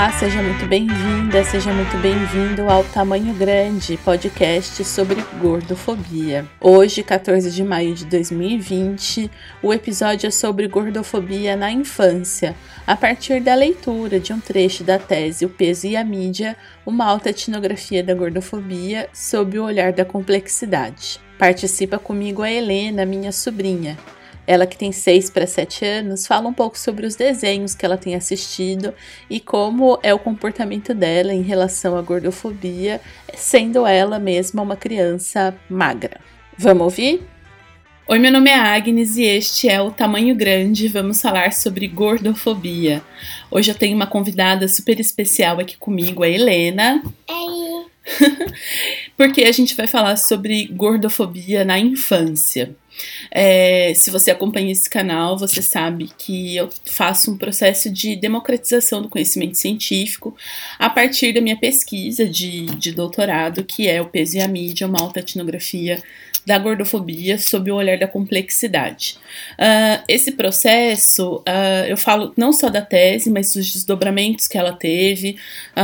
Olá, seja muito bem-vinda, seja muito bem-vindo ao Tamanho Grande, podcast sobre gordofobia. Hoje, 14 de maio de 2020, o episódio é sobre gordofobia na infância, a partir da leitura de um trecho da tese O Peso e a Mídia, uma alta etnografia da gordofobia sob o olhar da complexidade. Participa comigo a Helena, minha sobrinha. Ela, que tem 6 para 7 anos, fala um pouco sobre os desenhos que ela tem assistido e como é o comportamento dela em relação à gordofobia, sendo ela mesma uma criança magra. Vamos ouvir? Oi, meu nome é Agnes e este é o Tamanho Grande. Vamos falar sobre gordofobia. Hoje eu tenho uma convidada super especial aqui comigo, a Helena. Oi! Porque a gente vai falar sobre gordofobia na infância. Se você acompanha esse canal, você sabe que eu faço um processo de democratização do conhecimento científico a partir da minha pesquisa de doutorado, que é O Peso e a Mídia, uma alta etnografia da gordofobia sob o olhar da complexidade. Esse processo, eu falo não só da tese, mas dos desdobramentos que ela teve,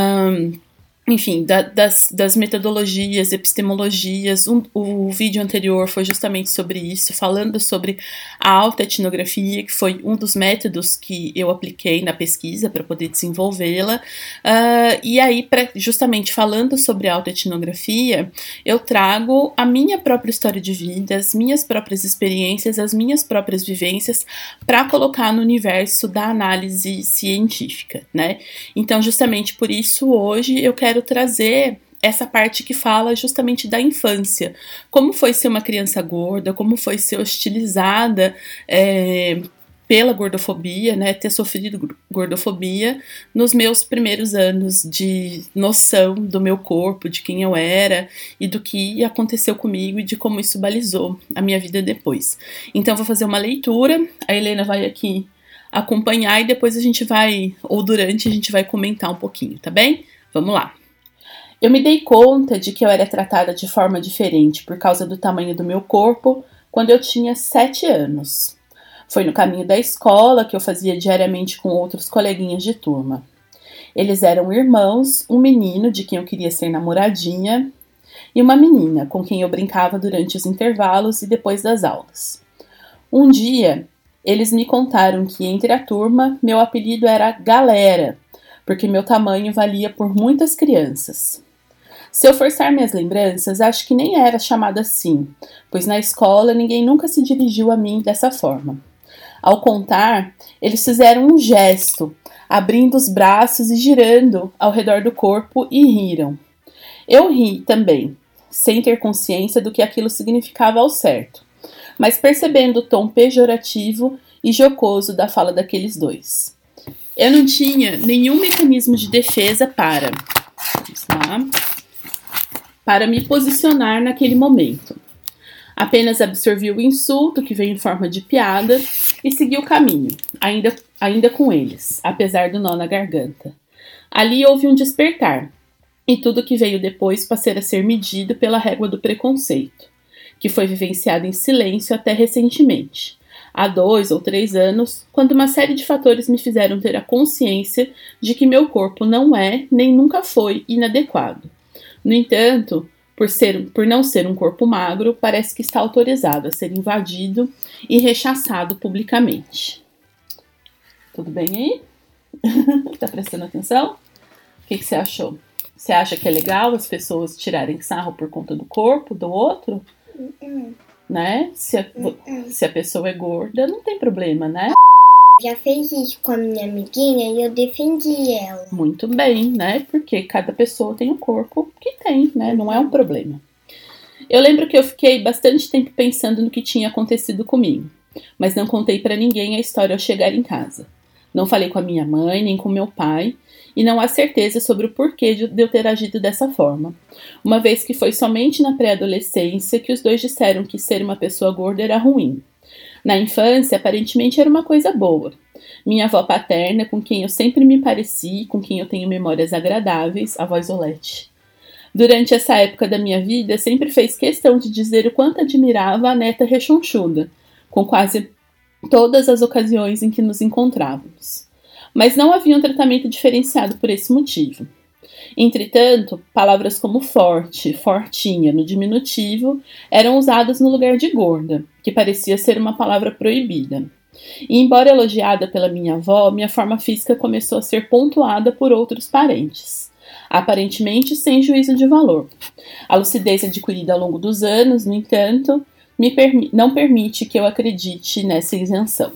enfim, das metodologias, epistemologias. O vídeo anterior foi justamente sobre isso, falando sobre a alta etnografia, que foi um dos métodos que eu apliquei na pesquisa para poder desenvolvê-la. E aí, justamente falando sobre a alta etnografia, eu trago a minha própria história de vida, as minhas próprias experiências, as minhas próprias vivências, para colocar no universo da análise científica, né? Então, justamente por isso, hoje eu quero trazer essa parte que fala justamente da infância. Como foi ser uma criança gorda, como foi ser hostilizada pela gordofobia, né, ter sofrido gordofobia nos meus primeiros anos de noção do meu corpo, de quem eu era e do que aconteceu comigo e de como isso balizou a minha vida depois. Então, eu vou fazer uma leitura, a Helena vai aqui acompanhar e depois a gente vai, ou durante, a gente vai comentar um pouquinho, tá bem? Vamos lá. Eu me dei conta de que eu era tratada de forma diferente por causa do tamanho do meu corpo quando eu tinha 7 anos. Foi no caminho da escola que eu fazia diariamente com outros coleguinhas de turma. Eles eram irmãos, um menino de quem eu queria ser namoradinha e uma menina com quem eu brincava durante os intervalos e depois das aulas. Um dia, eles me contaram que entre a turma meu apelido era Galera, porque meu tamanho valia por muitas crianças. Se eu forçar minhas lembranças, acho que nem era chamada assim, pois na escola ninguém nunca se dirigiu a mim dessa forma. Ao contar, eles fizeram um gesto, abrindo os braços e girando ao redor do corpo e riram. Eu ri também, sem ter consciência do que aquilo significava ao certo, mas percebendo o tom pejorativo e jocoso da fala daqueles dois. Eu não tinha nenhum mecanismo de defesa para me posicionar naquele momento. Apenas absorvi o insulto, que veio em forma de piada, e segui o caminho, ainda com eles, apesar do nó na garganta. Ali houve um despertar, e tudo que veio depois passou a ser medido pela régua do preconceito, que foi vivenciado em silêncio até recentemente. Há 2 ou 3 anos, quando uma série de fatores me fizeram ter a consciência de que meu corpo não é, nem nunca foi, inadequado. No entanto, por não ser um corpo magro, parece que está autorizado a ser invadido e rechaçado publicamente. Tudo bem aí? Tá prestando atenção? O que você achou? Você acha que é legal as pessoas tirarem sarro por conta do corpo do outro? Né? Se a pessoa é gorda, não tem problema, né? Já fez isso com a minha amiguinha e eu defendi ela. Muito bem, né? Porque cada pessoa tem o corpo que tem, né? Não é um problema. Eu lembro que eu fiquei bastante tempo pensando no que tinha acontecido comigo, mas não contei pra ninguém a história ao chegar em casa. Não falei com a minha mãe, nem com meu pai, e não há certeza sobre o porquê de eu ter agido dessa forma, uma vez que foi somente na pré-adolescência que os dois disseram que ser uma pessoa gorda era ruim. Na infância, aparentemente era uma coisa boa. Minha avó paterna, com quem eu sempre me pareci, com quem eu tenho memórias agradáveis, a avó Isolete. Durante essa época da minha vida, sempre fez questão de dizer o quanto admirava a neta rechonchuda, com quase todas as ocasiões em que nos encontrávamos. mas não havia um tratamento diferenciado por esse motivo. Entretanto, palavras como forte, fortinha no diminutivo eram usadas no lugar de gorda, que parecia ser uma palavra proibida. E embora elogiada pela minha avó, minha forma física começou a ser pontuada por outros parentes, aparentemente sem juízo de valor. A lucidez adquirida ao longo dos anos, no entanto, não permite que eu acredite nessa isenção.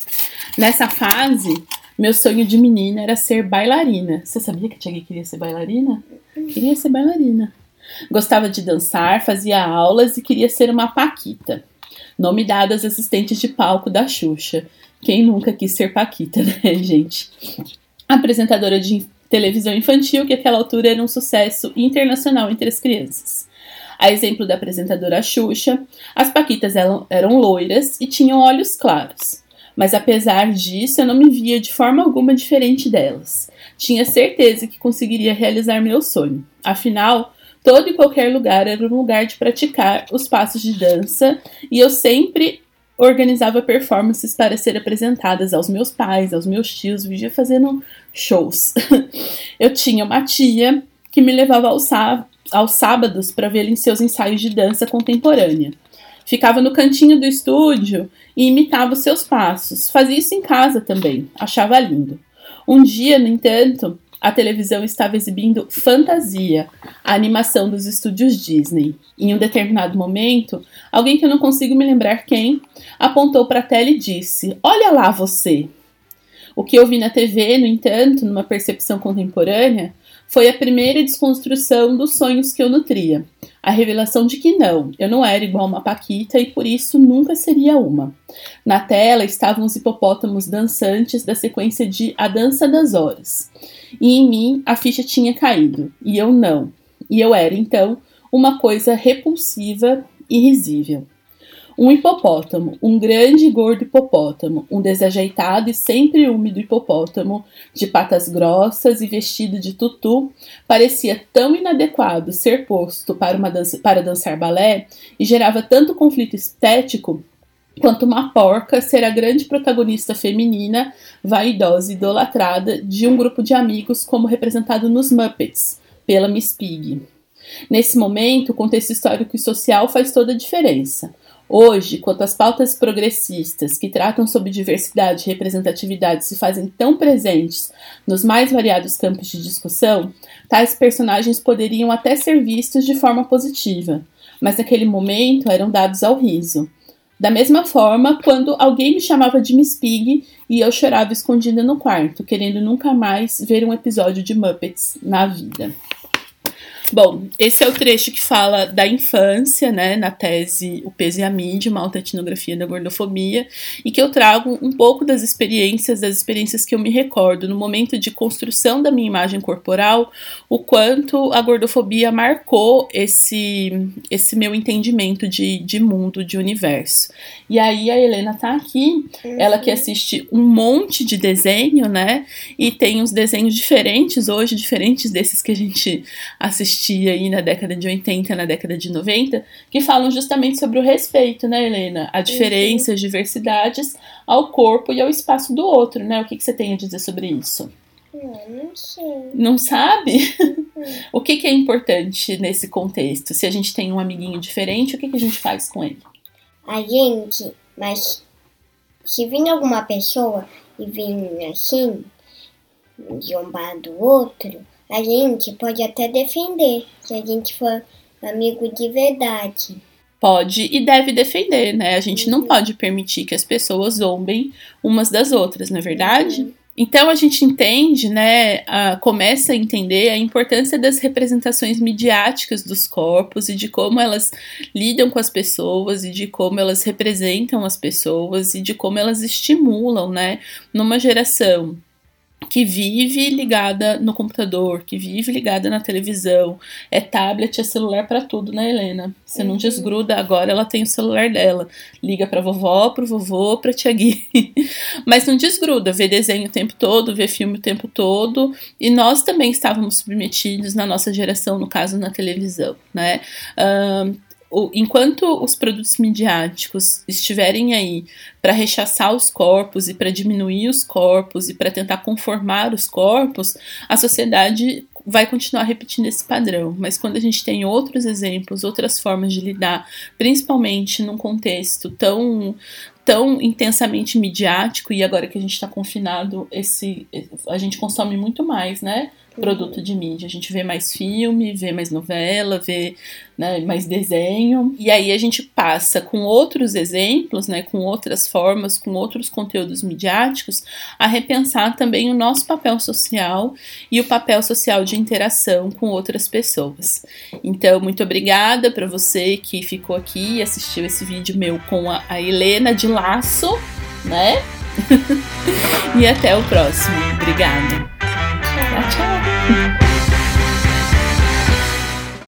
Nessa fase, meu sonho de menina era ser bailarina. Você sabia que a Tia Gui queria ser bailarina? Queria ser bailarina. Gostava de dançar, fazia aulas e queria ser uma paquita. Nome dado às assistentes de palco da Xuxa. Quem nunca quis ser paquita, né, gente? Apresentadora de televisão infantil, que naquela altura era um sucesso internacional entre as crianças. A exemplo da apresentadora Xuxa, as paquitas eram loiras e tinham olhos claros. Mas apesar disso, eu não me via de forma alguma diferente delas. Tinha certeza que conseguiria realizar meu sonho. Afinal, todo e qualquer lugar era um lugar de praticar os passos de dança e eu sempre organizava performances para ser apresentadas aos meus pais, aos meus tios, vivia fazendo shows. Eu tinha uma tia que me levava aos sábados para vê-la em seus ensaios de dança contemporânea. Ficava no cantinho do estúdio e imitava os seus passos. Fazia isso em casa também, achava lindo. Um dia, no entanto, a televisão estava exibindo Fantasia, a animação dos estúdios Disney. Em um determinado momento, alguém que eu não consigo me lembrar quem, apontou para a tela e disse: "Olha lá você!" O que eu vi na TV, no entanto, numa percepção contemporânea, foi a primeira desconstrução dos sonhos que eu nutria. A revelação de que não, eu não era igual uma paquita e por isso nunca seria uma. Na tela estavam os hipopótamos dançantes da sequência de A Dança das Horas. E em mim a ficha tinha caído, e eu não. E eu era, então, uma coisa repulsiva e risível. Um hipopótamo, um grande e gordo hipopótamo, um desajeitado e sempre úmido hipopótamo, de patas grossas e vestido de tutu, parecia tão inadequado ser posto para dançar balé e gerava tanto conflito estético quanto uma porca ser a grande protagonista feminina, vaidosa e idolatrada de um grupo de amigos como representado nos Muppets, pela Miss Piggy. Nesse momento, o contexto histórico e social faz toda a diferença. Hoje, quando as pautas progressistas que tratam sobre diversidade e representatividade se fazem tão presentes nos mais variados campos de discussão, tais personagens poderiam até ser vistos de forma positiva, mas naquele momento eram dados ao riso. Da mesma forma, quando alguém me chamava de Miss Piggy e eu chorava escondida no quarto, querendo nunca mais ver um episódio de Muppets na vida. Bom, esse é o trecho que fala da infância, né, na tese O Peso e a Mídia, uma autoetnografia da gordofobia, e que eu trago um pouco das experiências que eu me recordo no momento de construção da minha imagem corporal, o quanto a gordofobia marcou esse meu entendimento de mundo, de universo. E aí a Helena tá aqui, ela que assiste um monte de desenho, né, e tem uns desenhos diferentes hoje, diferentes desses que a gente assistia aí na década de 80, na década de 90, que falam justamente sobre o respeito, né, Helena? A diferença, as diversidades ao corpo e ao espaço do outro, né? O que você tem a dizer sobre isso? Não sei. Não sabe? O que é importante nesse contexto? Se a gente tem um amiguinho diferente, o que a gente faz com ele? Mas se vir alguma pessoa e vir assim, de um bar do outro, a gente pode até defender, se a gente for amigo de verdade. Pode e deve defender, né? A gente não pode permitir que as pessoas zombem umas das outras, não é verdade? Então a gente entende, né, começa a entender a importância das representações midiáticas dos corpos e de como elas lidam com as pessoas e de como elas representam as pessoas e de como elas estimulam, né, numa geração que vive ligada no computador, que vive ligada na televisão, é tablet, é celular pra tudo, né, Helena? Você não desgruda, agora ela tem o celular dela, liga pra vovó, pro vovô, pra tia Gui, mas não desgruda, vê desenho o tempo todo, vê filme o tempo todo, e nós também estávamos submetidos na nossa geração, no caso na televisão, né? enquanto os produtos midiáticos estiverem aí para rechaçar os corpos e para diminuir os corpos e para tentar conformar os corpos, a sociedade vai continuar repetindo esse padrão. Mas quando a gente tem outros exemplos, outras formas de lidar, principalmente num contexto tão intensamente midiático, e agora que a gente está confinado, a gente consome muito mais, né, produto de mídia. A gente vê mais filme, vê mais novela, vê, né, mais desenho. E aí a gente passa com outros exemplos, né, com outras formas, com outros conteúdos midiáticos, a repensar também o nosso papel social e o papel social de interação com outras pessoas. Então, muito obrigada para você que ficou aqui e assistiu esse vídeo meu com a Helena de Laço, né? E até o próximo. Obrigada. Tchau, tchau.